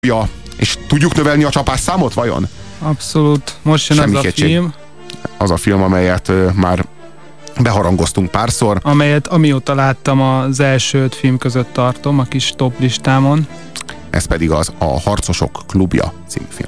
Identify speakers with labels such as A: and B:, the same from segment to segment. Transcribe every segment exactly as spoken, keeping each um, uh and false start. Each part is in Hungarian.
A: Ja, és tudjuk növelni a csapásszámot vajon?
B: Abszolút. Most jön
A: Semmi
B: az
A: kétség.
B: a film.
A: Az a film, amelyet ö, már beharangoztunk párszor.
B: Amelyet amióta láttam az első öt film között tartom, a kis top listámon.
A: Ez pedig az A Harcosok klubja című film.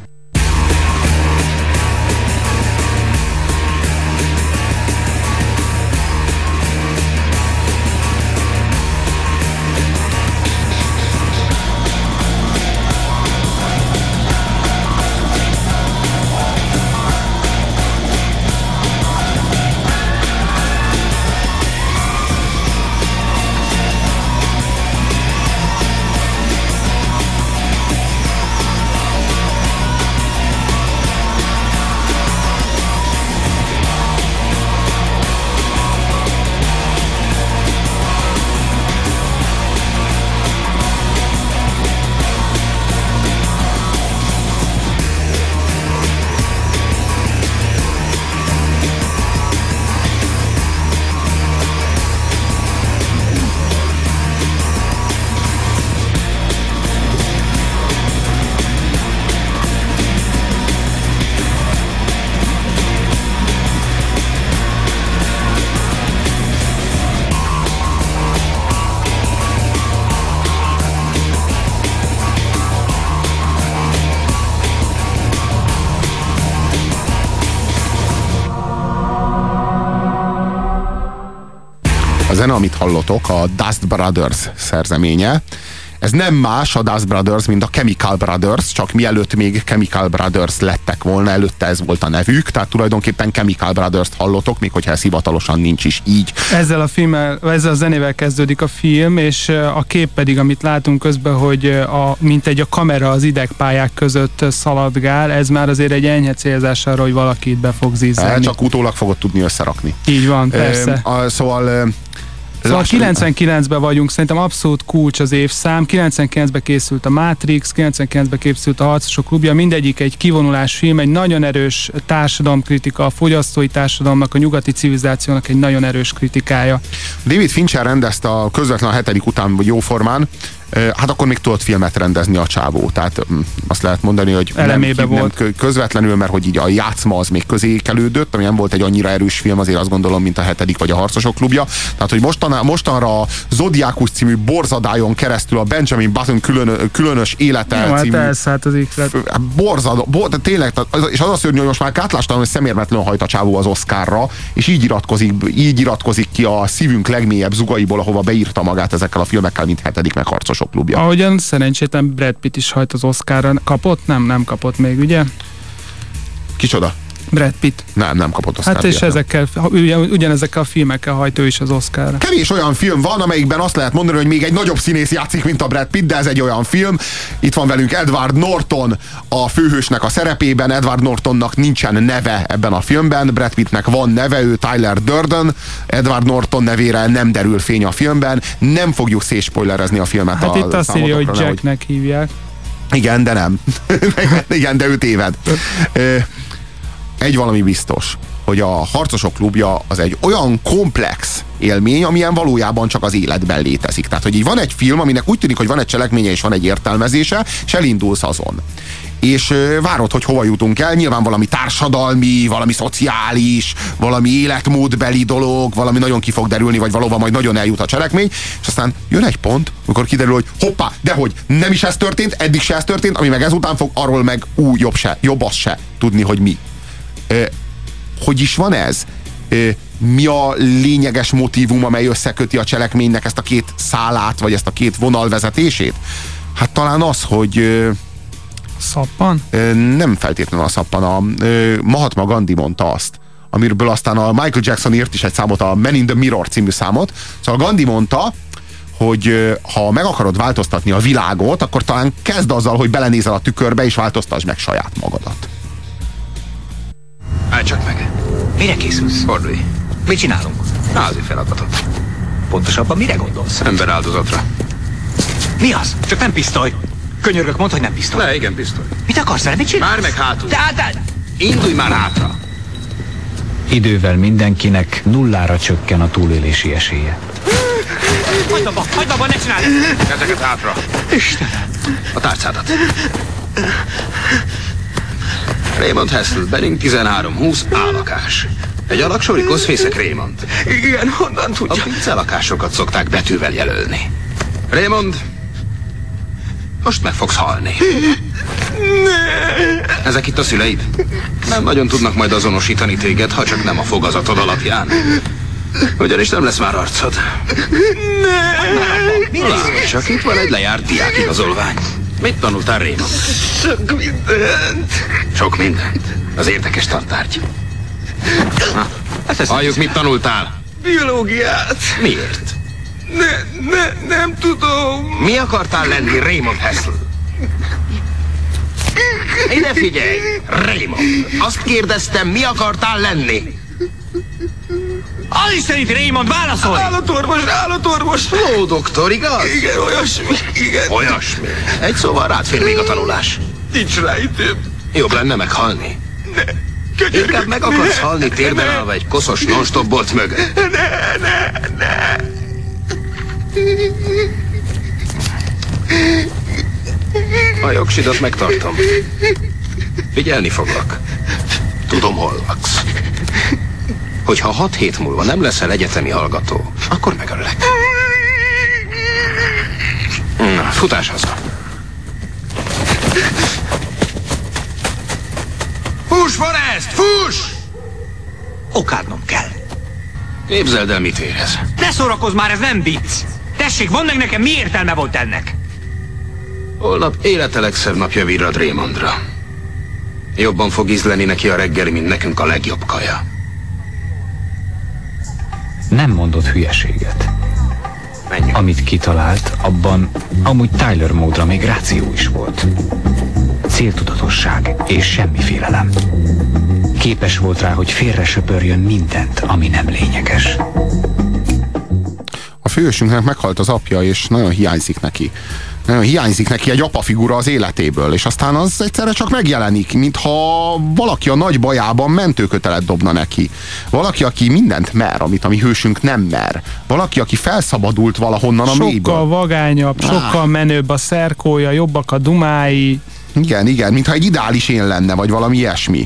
A: A zene, amit hallotok, a Dust Brothers szerzeménye. Ez nem más a Dust Brothers, mint a Chemical Brothers, csak mielőtt még Chemical Brothers lettek volna, előtte ez volt a nevük, tehát tulajdonképpen Chemical Brothers-t hallotok, még hogyha ez hivatalosan nincs is így.
B: Ezzel a filmmel, ezzel a zenével kezdődik a film, és a kép pedig, amit látunk közben, hogy a, mint egy a kamera az idegpályák között szaladgál, ez már azért egy enyhe célzás arra, hogy valaki itt be fog zizzelni.
A: Csak utólag fogod tudni összerakni.
B: Így van, persze.
A: E, a, szóval...
B: Szóval kilencvenkilencben vagyunk, szerintem abszolút kulcs az évszám. kilencvenkilencben készült a Matrix, kilencvenkilencben készült a Harcosok klubja, mindegyik egy kivonulás film, egy nagyon erős társadalomkritika, a fogyasztói társadalomnak, a nyugati civilizációnak egy nagyon erős kritikája.
A: David Fincher rendezte a közvetlen a hetedik után, vagy jóformán, hát akkor még tudott filmet rendezni a csávó. Tehát azt lehet mondani, hogy nem, nem közvetlenül, mert hogy így a játszma az még közékelődött, ami nem volt egy annyira erős film, azért azt gondolom, mint a hetedik vagy a Harcosok klubja. Tehát, hogy mostan, mostanra a Zodiákus című borzadájon keresztül a Benjamin Button külön, különös élete
B: jó,
A: című...
B: Hát elszállt az iklet.
A: Borzad, bor, tényleg, és az a szörnyű, hogy most már átlástam, hogy szemérmetlenül hajt a csávó az Oscarra, és így iratkozik, így iratkozik ki a szívünk legmélyebb zugaiból, ahova beírta magát ezekkel a filmekkel, mint hetedik meg Harcosok klubja.
B: Ahogyan szerencsétlen Brad Pitt is hajt az Oscarra. Kapott? Nem, nem kapott még, ugye?
A: Kicsoda?
B: Brad Pitt.
A: Nem, nem kapott Oscar.
B: Hát és ezekkel, ugyanezekkel a filmekkel hajt ő is az Oscarra.
A: Kevés olyan film van, amelyikben azt lehet mondani, hogy még egy nagyobb színész játszik, mint a Brad Pitt, de ez egy olyan film. Itt van velünk Edward Norton a főhősnek a szerepében. Edward Nortonnak nincsen neve ebben a filmben, Brad Pittnek van neve, ő Tyler Durden. Edward Norton nevére nem derül fény a filmben. Nem fogjuk szétspoilerezni a filmet.
B: Hát
A: a
B: itt azt írja, hogy Jacknek hogy... hívják.
A: Igen, de nem. Igen, de ő téved. Egy valami biztos, hogy a Harcosok klubja az egy olyan komplex élmény, amilyen valójában csak az életben létezik. Tehát, hogy így van egy film, aminek úgy tűnik, hogy van egy cselekménye és van egy értelmezése, és elindulsz azon. És várod, hogy hova jutunk el, nyilván valami társadalmi, valami szociális, valami életmódbeli dolog, valami nagyon ki fog derülni, vagy valóban majd nagyon eljut a cselekmény, és aztán jön egy pont, amikor kiderül, hogy hoppá, dehogy nem is ez történt, eddig se ez történt, ami meg ezután fog, arról meg ú, jobb se, jobb az se tudni, hogy mi. Hogy is van ez? Mi a lényeges motívum, amely összeköti a cselekménynek ezt a két szálát, vagy ezt a két vonalvezetését? Hát talán az, hogy...
B: Szappan?
A: Nem feltétlenül a szappan. A Mahatma Gandhi mondta azt, amiről aztán a Michael Jackson írt is egy számot, a Man in the Mirror című számot. Szóval Gandhi mondta, hogy ha meg akarod változtatni a világot, akkor talán kezd azzal, hogy belenézel a tükörbe, és változtasd meg saját magadat.
C: Állj csak meg! Mire készülsz? Fordulj! Mit csinálunk? Názi feladatot. Pontosabban mire gondolsz?
D: Emberáldozatra.
C: Mi az? Csak nem pisztoly! Könyörgök, mondd, hogy nem pisztoly.
D: Le, igen, pisztoly.
C: Mit akarsz vele? Mit csinálsz?
D: Várj meg hátul!
C: De, de...
D: Indulj már hátra!
E: Idővel mindenkinek nullára csökken a túlélési esélye.
C: Hagyd abba! Hagyd abba, ne csinálj!
D: Kezeket hátra!
C: Istenem!
D: A tárcádat. Raymond Hassel, Benning tizenhárom húsz, állakás. Egy alaksori koszfészek Raymond.
F: Igen, honnan tudja?
D: A pincelakásokat szokták betűvel jelölni. Raymond, most meg fogsz halni. Ezek itt a szüleid? Nem nagyon tudnak majd azonosítani téged, ha csak nem a fogazatod alapján. Ugyanis nem lesz már arcod. Lásd, csak itt van egy lejárt diákigazolvány. Mit tanultál, Raymond?
F: Sok mindent.
D: Sok mindent. Az érdekes tantárgy. Na, halljuk, mit tanultál?
F: Biológiát.
D: Miért?
F: Ne, ne, nem tudom.
D: Mi akartál lenni, Raymond Hassel? Ide figyelj, Raymond. Azt kérdeztem, mi akartál lenni?
C: Az istenit, Raymond, válaszolj!
F: Állatorvos, állatorvos.
D: Ó, doktor, igaz?
F: Igen, olyasmi, igen.
D: Olyasmi. Egy szóval rád fér még a tanulás.
F: Nincs rá időm.
D: Jobb lenne meghalni.
F: Ne. Könyörgök,
D: Inkább meg akarsz halni térden állva egy koszos non-stop bolt mögött.
F: Ne, ne, ne.
D: A jogsidat megtartom. Figyelni foglak. Tudom, hol laksz. Hogyha hat hét múlva nem leszel egyetemi hallgató, akkor megöllek. Na, futás haza. Fuss, Forrest, fuss!
C: Okádnom kell.
D: Képzeld el, mit érez.
C: Ne szórakozz már, ez nem vicc! Tessék, mondd meg nekem, mi értelme volt ennek?
D: Holnap élete legszebb napja virrad Raymondra. Jobban fog ízleni neki a reggeli, mint nekünk a legjobb kaja.
E: Nem mondott hülyeséget.
D: Menjünk.
E: Amit kitalált, abban amúgy Tyler módra még ráció is volt. Céltudatosság és semmi félelem. Képes volt rá, hogy félre söpörjön mindent, ami nem lényeges.
A: A főhősünknek meghalt az apja, és nagyon hiányzik neki. Nagyon hiányzik neki egy apafigura az életéből, és aztán az egyszerre csak megjelenik, mintha valaki a nagy bajában mentőkötelet dobna neki. Valaki, aki mindent mer, amit a mi hősünk nem mer. Valaki, aki felszabadult valahonnan a mélyből.
B: Sokkal vagányabb, sokkal menőbb a szerkója, jobbak a dumái.
A: Igen, igen, mintha egy ideális én lenne, vagy valami ilyesmi.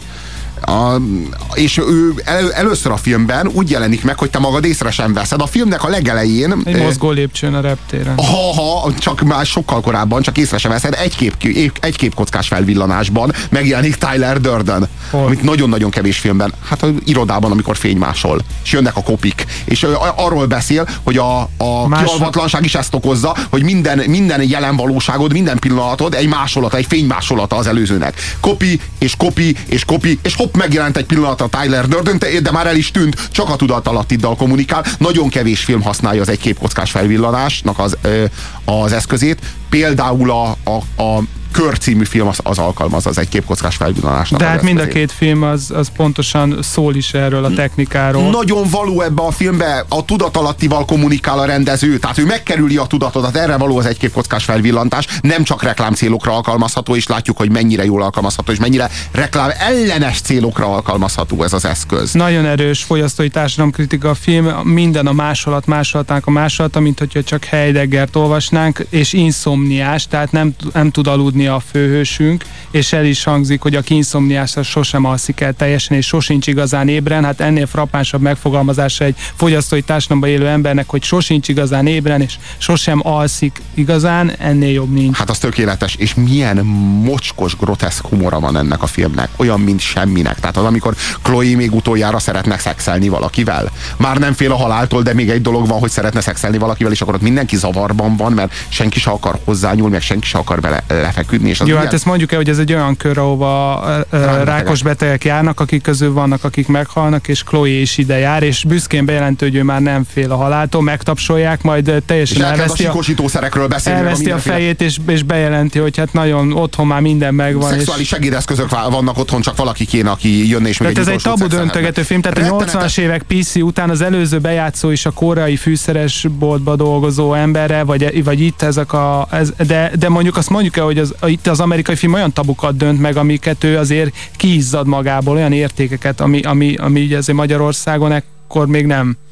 A: A, és ő el, először a filmben úgy jelenik meg, hogy te magad észre sem veszed. A filmnek a legelején...
B: Egy mozgó lépcsőn a reptéren.
A: Ha, ha, csak már sokkal korábban, csak észre sem veszed, egy, kép, egy képkockás felvillanásban megjelenik Tyler Durden. Hol? Amit nagyon-nagyon kevés filmben, hát az irodában, amikor fénymásol. És jönnek a kopik. És arról beszél, hogy a, a Más... kialvatlanság is ezt okozza, hogy minden, minden jelen valóságod, minden pillanatod egy másolata, egy fénymásolata az előzőnek. Kopi, és kopi, és kopi, és hopp, megjelent egy pillanatra Tyler Durden, de már el is tűnt, csak a tudatalattiddal kommunikál. Nagyon kevés film használja az egy képkockás felvillanásnak az, az eszközét. Például a, a, a Kör című film az, az alkalmaz az egy képkockás felvillanásnak.
B: De hát mind a két film az, az pontosan szól is erről a technikáról.
A: Nagyon való ebbe a filmbe, a tudatalattival kommunikál a rendező, tehát ő megkerüli a tudatodat, erre való az egy képkockás felvillantás, nem csak reklám célokra alkalmazható, és látjuk, hogy mennyire jól alkalmazható, és mennyire reklám ellenes célokra alkalmazható ez az eszköz.
B: Nagyon erős fogyasztói társadalomkritika a film, minden a másolat, másolatánk a másolata, mint hogyha csak Heideggert olvasnánk, és inszomniás, tehát nem, nem tud aludni a főhősünk, és el is hangzik, hogy aki inszomniás, az sosem alszik el teljesen, és sosincs igazán ébren. Hát ennél frappánsabb megfogalmazása egy fogyasztói társadalomban élő embernek, hogy sosincs igazán ébren, és sosem alszik igazán, ennél jobb nincs.
A: Hát az tökéletes, és milyen mocskos, groteszk humora van ennek a filmnek. Olyan, mint semminek. Tehát az, amikor Chloe még utoljára szeretnek szexelni valakivel. Már nem fél a haláltól, de még egy dolog van, hogy szeretne szexelni valakivel, és akkor ott mindenki zavarban van, mert senki se akar hozzányúlni, meg senki se akar bele lefeküdni. És az
B: Jó,
A: ilyen...
B: hát ezt mondjuk el, hogy ez egy olyan kör, ahova rákos betegek járnak, akik közül vannak, akik meghalnak, és Chloe is ide jár, és büszkén bejelentő, hogy ő már nem fél a haláltól, megtapsolják, majd teljesen elveszti a,
A: a, beszélni,
B: elveszti a fejét, és, és bejelenti, hogy hát nagyon otthon már minden megvan.
A: Szexuális
B: és...
A: segédeszközök vannak otthon, csak valaki kéne, aki jönne és még
B: egy ez egy tabu döntögető film, tehát Rettenetes. A nyolcvanas évek pé cé után az előző bejátszó is a koreai fűszeresboltba dolgozó emberre, vagy, vagy itt ezek a... Ez, de, de mondjuk azt mondjuk el, hogy az, itt az amerikai film olyan tabukat dönt meg, amiket ő azért kiizzad magából, olyan értékeket, ami, ami, ami ugye azért Magyarországon ekkor még nem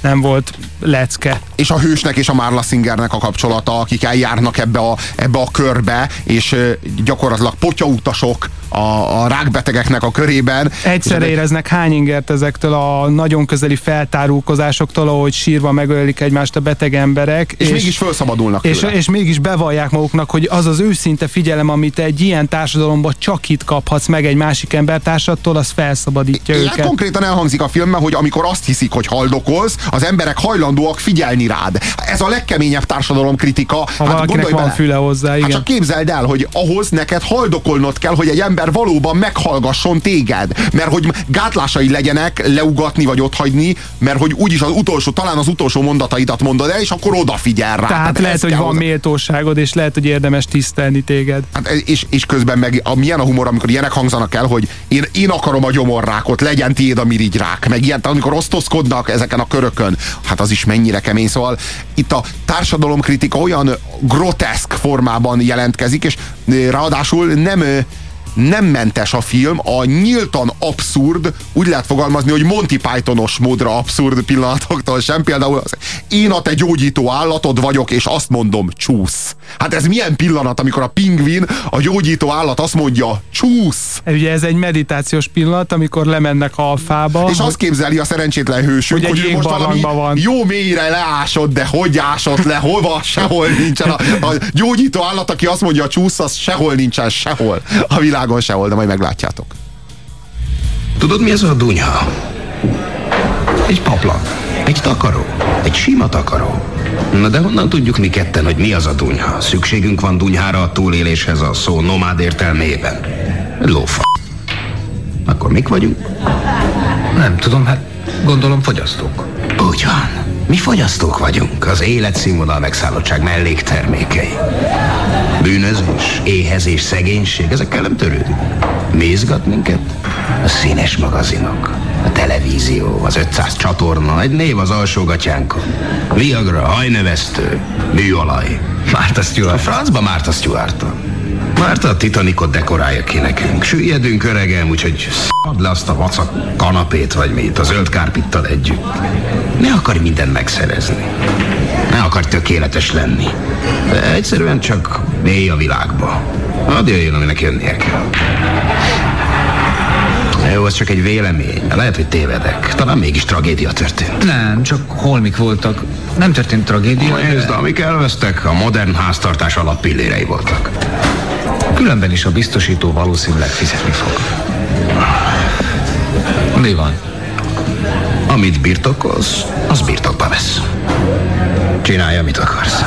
B: nem volt lecke.
A: És a hősnek és a Marla Singernek a kapcsolata, akik eljárnak ebbe a, ebbe a körbe, és gyakorlatilag potyautasok a, a rákbetegeknek a körében.
B: Egyszerre éreznek hány ingert ezektől a nagyon közeli feltárulkozásoktól, ahogy sírva megölik egymást a beteg emberek.
A: És, és mégis felszabadulnak
B: és, és mégis bevallják maguknak, hogy az az őszinte figyelem, amit egy ilyen társadalomban csak itt kaphatsz meg egy másik embertársattól, az felszabadítja
A: Ilyen
B: őket.
A: konkrétan elhangzik a filmben, hogy amikor azt hiszik, hogy haldokolsz, az emberek hajlandóak figyelni rád. Ez a legkeményebb társadalomkritika.
B: Ha hát valakinek van bele. Füle hozzá, igen.
A: Hát csak képzeld el, hogy ahhoz neked haldokolnod kell, hogy egy ember valóban meghallgasson téged. Mert hogy gátlásai legyenek leugatni vagy otthagyni, mert hogy úgyis az utolsó, talán az utolsó mondataidat mondod el, és akkor odafigyel rá.
B: Tehát, Tehát lehet, hogy van hozzá. méltóságod, és lehet, hogy érdemes tisztelni téged.
A: Hát és, és közben meg a, milyen a humor, amikor ilyenek hangzanak el, hogy én, én akarom a gyomorrákot, legyen tiéd a mirigyrák, meg ilyen, amikor osztozkodnak ezeken a körökön. Hát az is mennyire kemény. Szóval itt a társadalomkritika olyan groteszk formában jelentkezik, és ráadásul nem nem mentes a film a nyíltan abszurd, úgy lehet fogalmazni, hogy Monty Pythonos módra abszurd pillanatoktól sem. Például az, én a te gyógyító állatod vagyok, és azt mondom, csúsz. Hát ez milyen pillanat, amikor a pingvin, a gyógyító állat azt mondja, csúsz.
B: Ugye ez egy meditációs pillanat, amikor lemennek alfába.
A: És azt képzeli a szerencsétlen hősünk, hogy, hogy ő most valami van. Jó mélyre leásod, de hogy ásott le, hova, sehol nincsen. A, a gyógyító állat, aki azt mondja, csúsz, az sehol nincsen, sehol. A világon sehol, de majd meglátjátok.
D: Tudod, mi ez a dunyha? Egy paplan, egy takaró, egy sima takaró. Na de honnan tudjuk mi ketten, hogy mi az a dunyha? Szükségünk van dunyhára a túléléshez a szó nomád értelmében. Lófa. Akkor mik vagyunk?
E: Nem tudom, hát gondolom fogyasztók.
D: Úgy van. Mi fogyasztók vagyunk, az életszínvonal megszállottság melléktermékei. Bűnözés, éhezés, szegénység, ezekkel nem törődünk. Mi izgat minket? A színes magazinok, a televízió, az ötszáz csatorna, egy név az alsógatyánkon. Viagra, hajnövesztő, műolaj.
E: Martha Stewart.
D: A francba Martha Stewart-tal. Martha a Titanicot dekorálja ki nekünk. Süllyedünk, öregem, úgyhogy sz**d le azt a vacak kanapét, vagy mit, a zöld kárpittal együtt. Ne akarj mindent megszerezni. Ne akarj tökéletes lenni. De egyszerűen csak élj a világba. Hadd jöjjön, aminek jönnie kell. Jó, ez csak egy vélemény. Lehet, hogy tévedek. Talán mégis tragédia történt.
E: Nem, csak holmik voltak. Nem történt tragédia.
D: Nézd, de amik elvesztek, a modern háztartás alappillérei voltak.
E: Különben is a biztosító valószínűleg fizetni fog. Mi van?
D: Amit birtokolsz, az birtokba vesz. Csinálj, amit akarsz.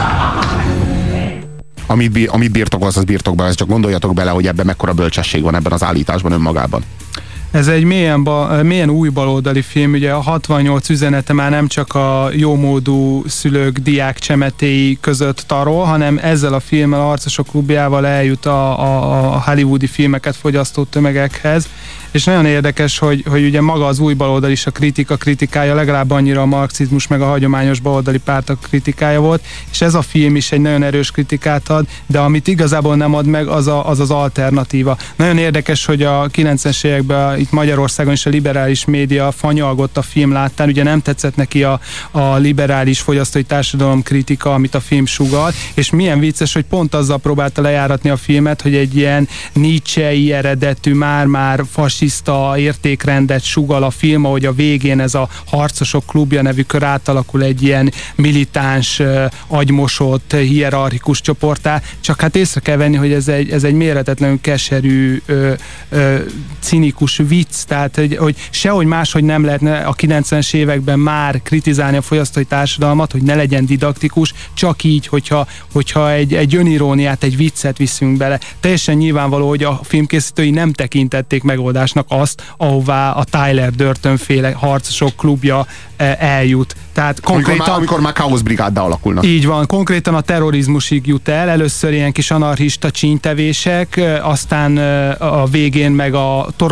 A: Amit, amit birtokolsz, az birtokba vesz. Csak gondoljatok bele, hogy ebben mekkora bölcsesség van ebben az állításban önmagában.
B: Ez egy mélyen, ba, mélyen új baloldali film, ugye a hatvannyolc üzenete már nem csak a jómódú szülők, diák csemetéi között tarol, hanem ezzel a filmmel, a Harcosok klubjával eljut a, a, a hollywoodi filmeket fogyasztó tömegekhez, és nagyon érdekes, hogy, hogy ugye maga az új baloldal is a kritika kritikája, legalább annyira a marxizmus meg a hagyományos baloldali pártok kritikája volt, és ez a film is egy nagyon erős kritikát ad, de amit igazából nem ad meg, az a, az, az alternatíva. Nagyon érdekes, hogy a kilencvenes években itt Magyarországon is a liberális média fanyalgott a film láttán, ugye nem tetszett neki a, a liberális fogyasztói társadalom kritika, amit a film sugal, és milyen vicces, hogy pont azzal próbálta lejáratni a filmet, hogy egy ilyen Nietzsche-i eredetű, már-már fasiszta értékrendet sugal a film, ahogy a végén ez a Harcosok klubja nevű kör átalakul egy ilyen militáns, agymosott, hierarchikus csoporttá, csak hát észre kell venni, hogy ez egy, ez egy méretetlenül keserű, ö, ö, cinikus vicc, tehát hogy, hogy sehogy máshogy nem lehetne a kilencvenes években már kritizálni a fogyasztói társadalmat, hogy ne legyen didaktikus, csak így, hogyha, hogyha egy, egy öniróniát, egy viccet viszünk bele. Teljesen nyilvánvaló, hogy a filmkészítői nem tekintették megoldásnak azt, ahová a Tyler Durden-féle Harcosok klubja eljut. Tehát konkrétan,
A: amikor már, amikor már káoszbrigáddá alakulnak.
B: Így van, konkrétan a terrorizmusig jut el, először ilyen kis anarchista csínytevések, aztán a végén meg a toronyházak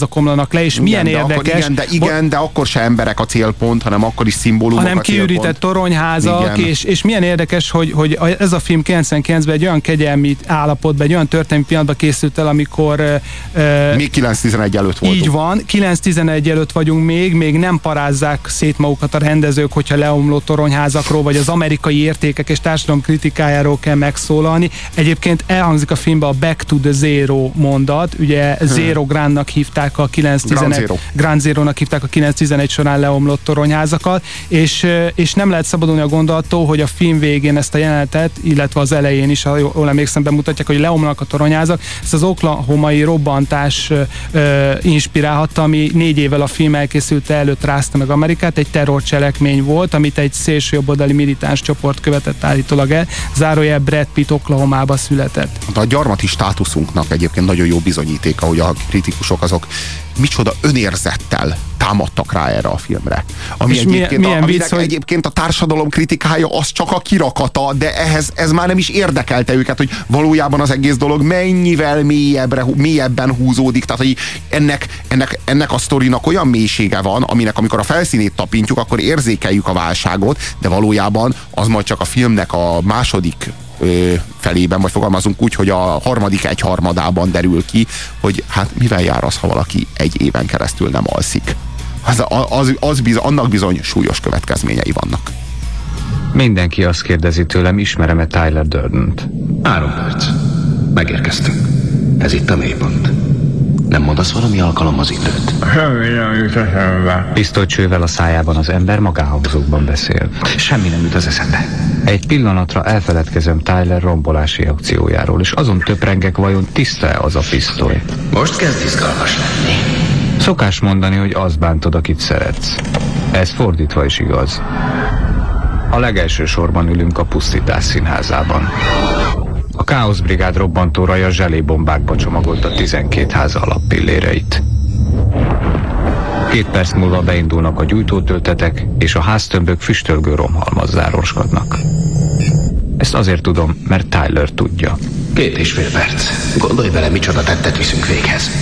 B: házak omlanak le, és igen, milyen
A: de
B: érdekes.
A: Akkor igen, de, igen, de akkor se emberek a célpont, hanem akkor is szimbólumok
B: hanem
A: a célpont.
B: kiürített toronyházak, és, és milyen érdekes, hogy, hogy ez a film kilencvenkilencben egy olyan kegyelmi állapotban, egy olyan történelmi pillanatban készült el, amikor uh,
A: még kilenc tizenegy előtt voltunk.
B: Így van, kilenc tizenegy előtt vagyunk még, még nem parázzák szét magukat a rendezők, hogyha leomló toronyházakról, vagy az amerikai értékek és társadalom kritikájáról kell megszólalni. Egyébként elhangzik a filmben a Back to the Zero mondat, ugye hmm. Zero Grandnak hívták a kilenc tizenegy, Grand, Zero. Grand Zero-nak hívták a kilenc tizenegy során leomlott toronyházakat, és, és nem lehet szabadulni a gondolattól, hogy a film végén ezt a jelenetet, illetve az elején is, ha jól emlékszem, bemutatják, hogy leomlanak a toronyházak. Ezt az oklahomai robbantás ö, inspirálhatta, ami négy évvel a film elkészülte előtt rázta meg Amerikát. Egy terrorcselekmény volt, amit egy szélsőjobboldali militáns csoport követett állítólag el. Zárójel Brad Pitt Oklahomába született.
A: A gyarmati státuszunknak egyébként nagyon jó bizonyítéka, hogy a kritikusok azok micsoda önérzettel támadtak rá erre a filmre. Ami
B: és
A: egyébként,
B: milyen,
A: a,
B: milyen vicc, hogy...
A: egyébként a társadalom kritikája az csak a kirakata, de ehhez ez már nem is érdekelte őket, hogy valójában az egész dolog mennyivel mélyebbre, mélyebben húzódik. Tehát, hogy ennek, ennek, ennek a sztorinak olyan mélysége van, aminek amikor a felszínét tapintjuk, akkor érzékeljük a válságot, de valójában az majd csak a filmnek a második felében, vagy fogalmazunk úgy, hogy a harmadik egyharmadában derül ki, hogy hát mivel jár az, ha valaki egy éven keresztül nem alszik. Az, az, az biz, annak bizony súlyos következményei vannak.
E: Mindenki azt kérdezi tőlem, ismerem-e Tyler Durden-t?
D: Három perc. Megérkeztünk. Ez itt a mélypont. Nem mondasz valami alkalom az időt?
F: Semmi nem jut eszembe.
E: Pisztolycsővel a szájában az ember magánhangzókban beszél.
D: Semmi nem jut az eszembe.
E: Egy pillanatra elfeledkezem Tyler rombolási akciójáról, és azon töprengek, vajon tiszta-e az a pisztoly.
D: Most kezd izgalmas lenni.
E: Szokás mondani, hogy azt bántod, akit szeretsz. Ez fordítva is igaz. A legelső sorban ülünk a pusztítás színházában. A káoszbrigád robbantóraja zselébombákba csomagolta tizenkét ház alappilléreit. Két perc múlva beindulnak a gyújtótöltetek, és a háztömbök füstölgő romhalmazzá roskadnak. Ezt azért tudom, mert Tyler tudja.
D: Két és fél perc. Gondolj bele, micsoda tettet viszünk véghez.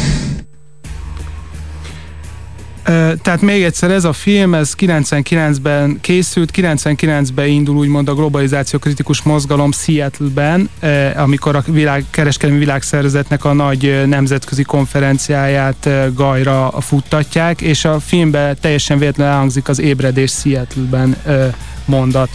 B: Tehát még egyszer, ez a film, ez kilencvenkilencben készült, kilencvenkilencben indul úgymond a globalizáció kritikus mozgalom Seattle-ben, amikor a világ, kereskedelmi világszervezetnek a nagy nemzetközi konferenciáját gajra futtatják, és a filmben teljesen véletlenül elhangzik az ébredés Seattle-ben mondat.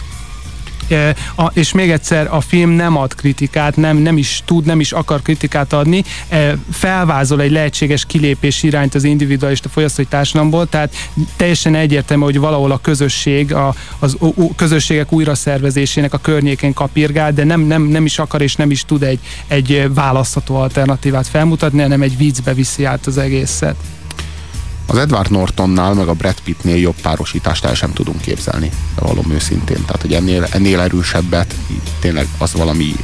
B: E, a, és még egyszer, a film nem ad kritikát, nem, nem is tud, nem is akar kritikát adni, e, felvázol egy lehetséges kilépés irányt az individualista fogyasztói társadalomból, tehát teljesen egyértelmű, hogy valahol a közösség, a, az o, o, közösségek újraszervezésének a környékén kapirgál, de nem, nem, nem is akar és nem is tud egy, egy választható alternatívát felmutatni, hanem egy viccbe viszi át az egészet.
A: Az Edward Nortonnál, meg a Brad Pittnél jobb párosítást el sem tudunk képzelni, de valóm őszintén. Tehát, hogy ennél, ennél erősebbet, tényleg az valami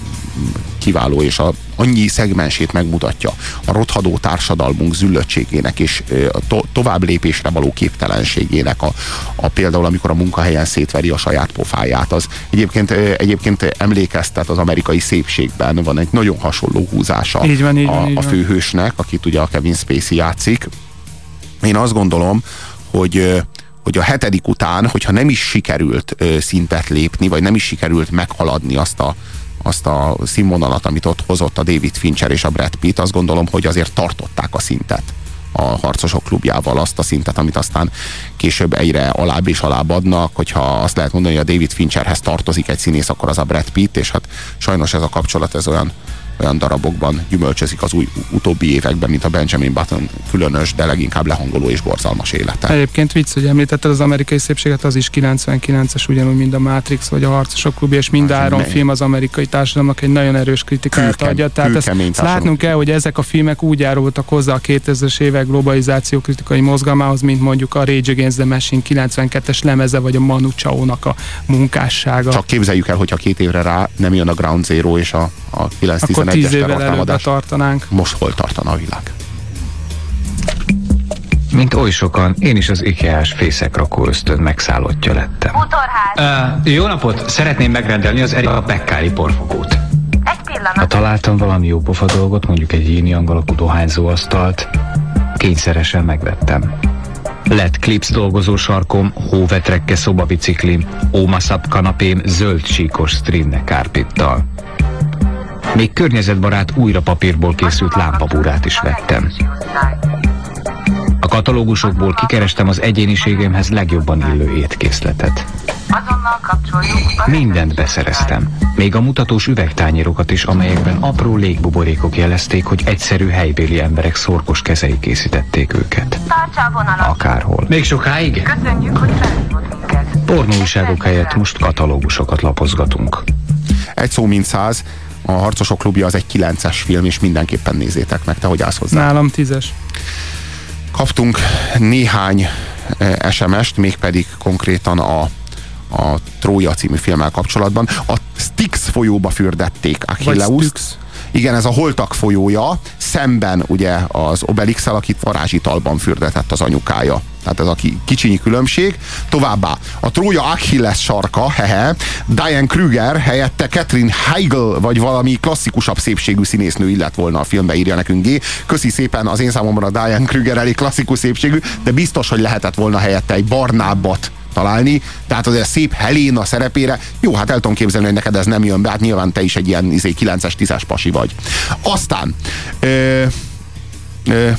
A: kiváló, és a, annyi szegmensét megmutatja a rothadó társadalmunk züllöttségének és a to, tovább lépésre való képtelenségének, a, a például amikor a munkahelyen szétveri a saját pofáját. Az egyébként, egyébként emlékeztet az amerikai szépségben, van egy nagyon hasonló húzása
B: így van, így van,
A: a,
B: így
A: a
B: van.
A: főhősnek, akit ugye a Kevin Spacey játszik. Én azt gondolom, hogy, hogy a hetedik után, hogyha nem is sikerült szintet lépni, vagy nem is sikerült meghaladni azt a, azt a színvonalat, amit ott hozott a David Fincher és a Brad Pitt, azt gondolom, hogy azért tartották a szintet a Harcosok klubjával, azt a szintet, amit aztán később egyre alább és alább adnak. Hogyha azt lehet mondani, hogy a David Fincherhez tartozik egy színész, akkor az a Brad Pitt, és hát sajnos ez a kapcsolat, ez olyan olyan darabokban gyümölcsözik az új utóbbi években, mint a Benjamin Button különös, de leginkább lehangoló és borzalmas élete.
B: Egyébként vicc, hogy említetted az amerikai szépséget, az is kilencvenkilences, ugyanúgy, mint a Matrix vagy a Harcosok klubja, és mind a három film az amerikai társadalomnak egy nagyon erős kritikát Külkem, adja. Tehát ezt, ezt látnunk kell, hogy ezek a filmek úgy járultak hozzá a kétezres évek globalizáció kritikai mozgalmához, mint mondjuk a Rage Against the Machine kilencvenkettes lemeze, vagy a Manu Chao-nak a munkássága.
A: Csak képzeljük el, hogyha két évre rá nem jön a Ground Zero és a, a kilenc tizenegyes
B: tíz évvel előbb tartanánk.
A: Most hol tartana a világ?
E: Mint oly sokan, én is az IKEA-s fészekrakó ösztön megszállottja lettem.
G: Motorház.
E: Uh, jó napot! Szeretném megrendelni az Erika Pekkári porfogót.
G: Egy pillanat.
E: Ha találtam valami jó pofa dolgot, mondjuk egy yin-yang alakú dohányzóasztalt, Kényszeresen megvettem. Lett Clips dolgozó sarkom, hóvetrekke szobabiciklim, Ómaszap kanapém zöld síkos strinne kárpittal. Még környezetbarát újra papírból készült lámpabúrát is vettem. A katalógusokból kikerestem az egyéniségemhez legjobban illő étkészletet. Mindent beszereztem, még a mutatós üvegtányérokat is, amelyekben apró légbuborékok jelezték, hogy egyszerű helybéli emberek szorgos kezei készítették őket. Akárhol.
G: Még sokáig?
H: Köszönjük, hogy felhívott minket.
E: Pornóújságok helyett most katalógusokat lapozgatunk.
A: Egy szó mint száz, a Harcosok klubja az egy kilences film, és mindenképpen nézzétek meg. Te hogy állsz hozzá?
B: Nálam tízes.
A: Kaptunk néhány es em est, mégpedig konkrétan a, a Trója című filmmel kapcsolatban. A Styx folyóba fürdették Achilleuszt. Igen, ez a Holtak folyója, szemben ugye az Obelix-el, akit varázsitalban fürdetett az anyukája. Tehát ez a kicsinyi különbség. Továbbá a Trója Achilles sarka, hehe, Diane Kruger helyette Catherine Heigl, vagy valami klasszikusabb szépségű színésznő illet volna a filmbe, írja nekünk G. Köszi szépen, az én számomra Diane Kruger elég klasszikus szépségű, de biztos, hogy lehetett volna helyette egy barnábbat találni, tehát azért szép Helena szerepére, jó, hát el tudom képzelni, hogy neked ez nem jön be, hát nyilván te is egy ilyen izé, kilences, tízes pasi vagy. Aztán ö, ö,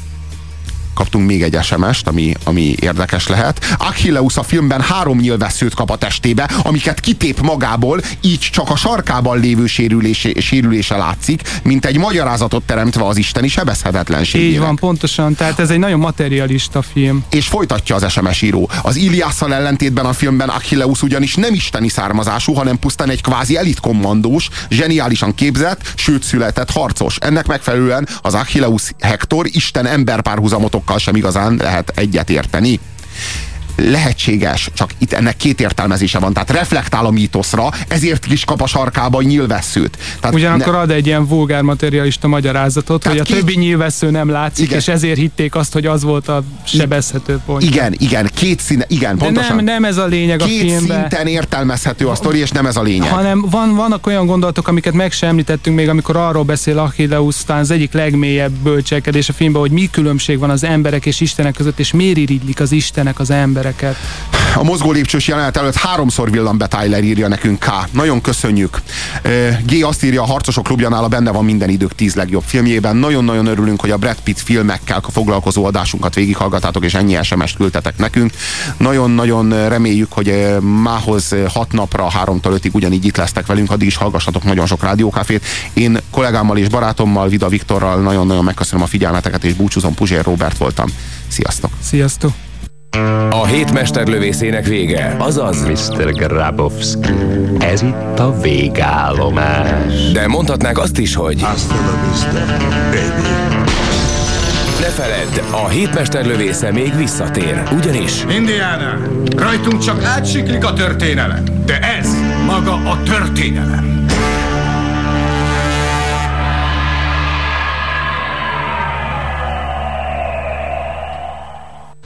A: kaptunk még egy es em est, ami, ami érdekes lehet. Achilleus a filmben három nyilvesszőt kap a testébe, amiket kitép magából, így csak a sarkában lévő sérülése, sérülése látszik, mint egy magyarázatot teremtve az isteni sebezhetetlenségének.
B: Így van, pontosan, tehát ez egy nagyon materialista film.
A: És folytatja az es em es író. Az Iliásszal ellentétben a filmben Achilleus ugyanis nem isteni származású, hanem pusztán egy kvázi elitkommandós, zseniálisan képzett, sőt született harcos. Ennek megfelelően az Achilleus Hektor isten-ember párhuzamotok sem igazán lehet egyet érteni. Lehetséges, csak itt ennek két értelmezése van, tehát reflektál a mítoszra, ezért is kap a sarkába nyilvesszőt. Tehát
B: ugyanakkor ne... ad egy ilyen vulgár materialista magyarázatot, tehát hogy a két... többi nyilvessző nem látszik, igen. És ezért hitték azt, hogy az volt a sebezhető pont.
A: Igen, igen, két színe, igen,
B: de pontosan. Nem, nem ez a lényeg
A: két
B: a filmben.
A: Két szinten értelmezhető a sztori, és nem ez a lényeg.
B: Hanem van, vannak olyan gondolatok, amiket meg sem említettünk még, amikor arról beszél Achilleus, talán az egyik legmélyebb bölcselkedés a filmben, hogy mi különbség van az emberek és istenek között, és miért irigylik az istenek az embereket.
A: A mozgó lépcsős jelenet előtt háromszor villan be Tyler, írja nekünk K. Nagyon köszönjük. G azt írja, a Harcosok klubjanála benne van minden idők tíz legjobb filmjében. Nagyon-nagyon örülünk, hogy a Brad Pitt filmekkel foglalkozó adásunkat végighallgatátok, és ennyi es em est küldtetek nekünk. Nagyon-nagyon reméljük, hogy mához hat napra, háromtól ötig ugyanígy itt lesztek velünk, addig is hallgassatok nagyon sok rádiókafét. Én kollégámmal és barátommal, Vida Viktorral nagyon-nagyon megköszönöm a figyelmeteket, és búcsúzom, Puzsér Róbert voltam. Sziasztok!
B: Sziasztok!
I: A hét mesterlövészének vége, azaz
J: miszter Grabowski, ez itt a végállomás.
I: De mondhatnák azt is, hogy
K: hasta la vista, baby.
I: Ne feledd, a hét mesterlövésze még visszatér, ugyanis
L: Indiana, rajtunk csak átsiklik a történelem, de ez maga a történelem.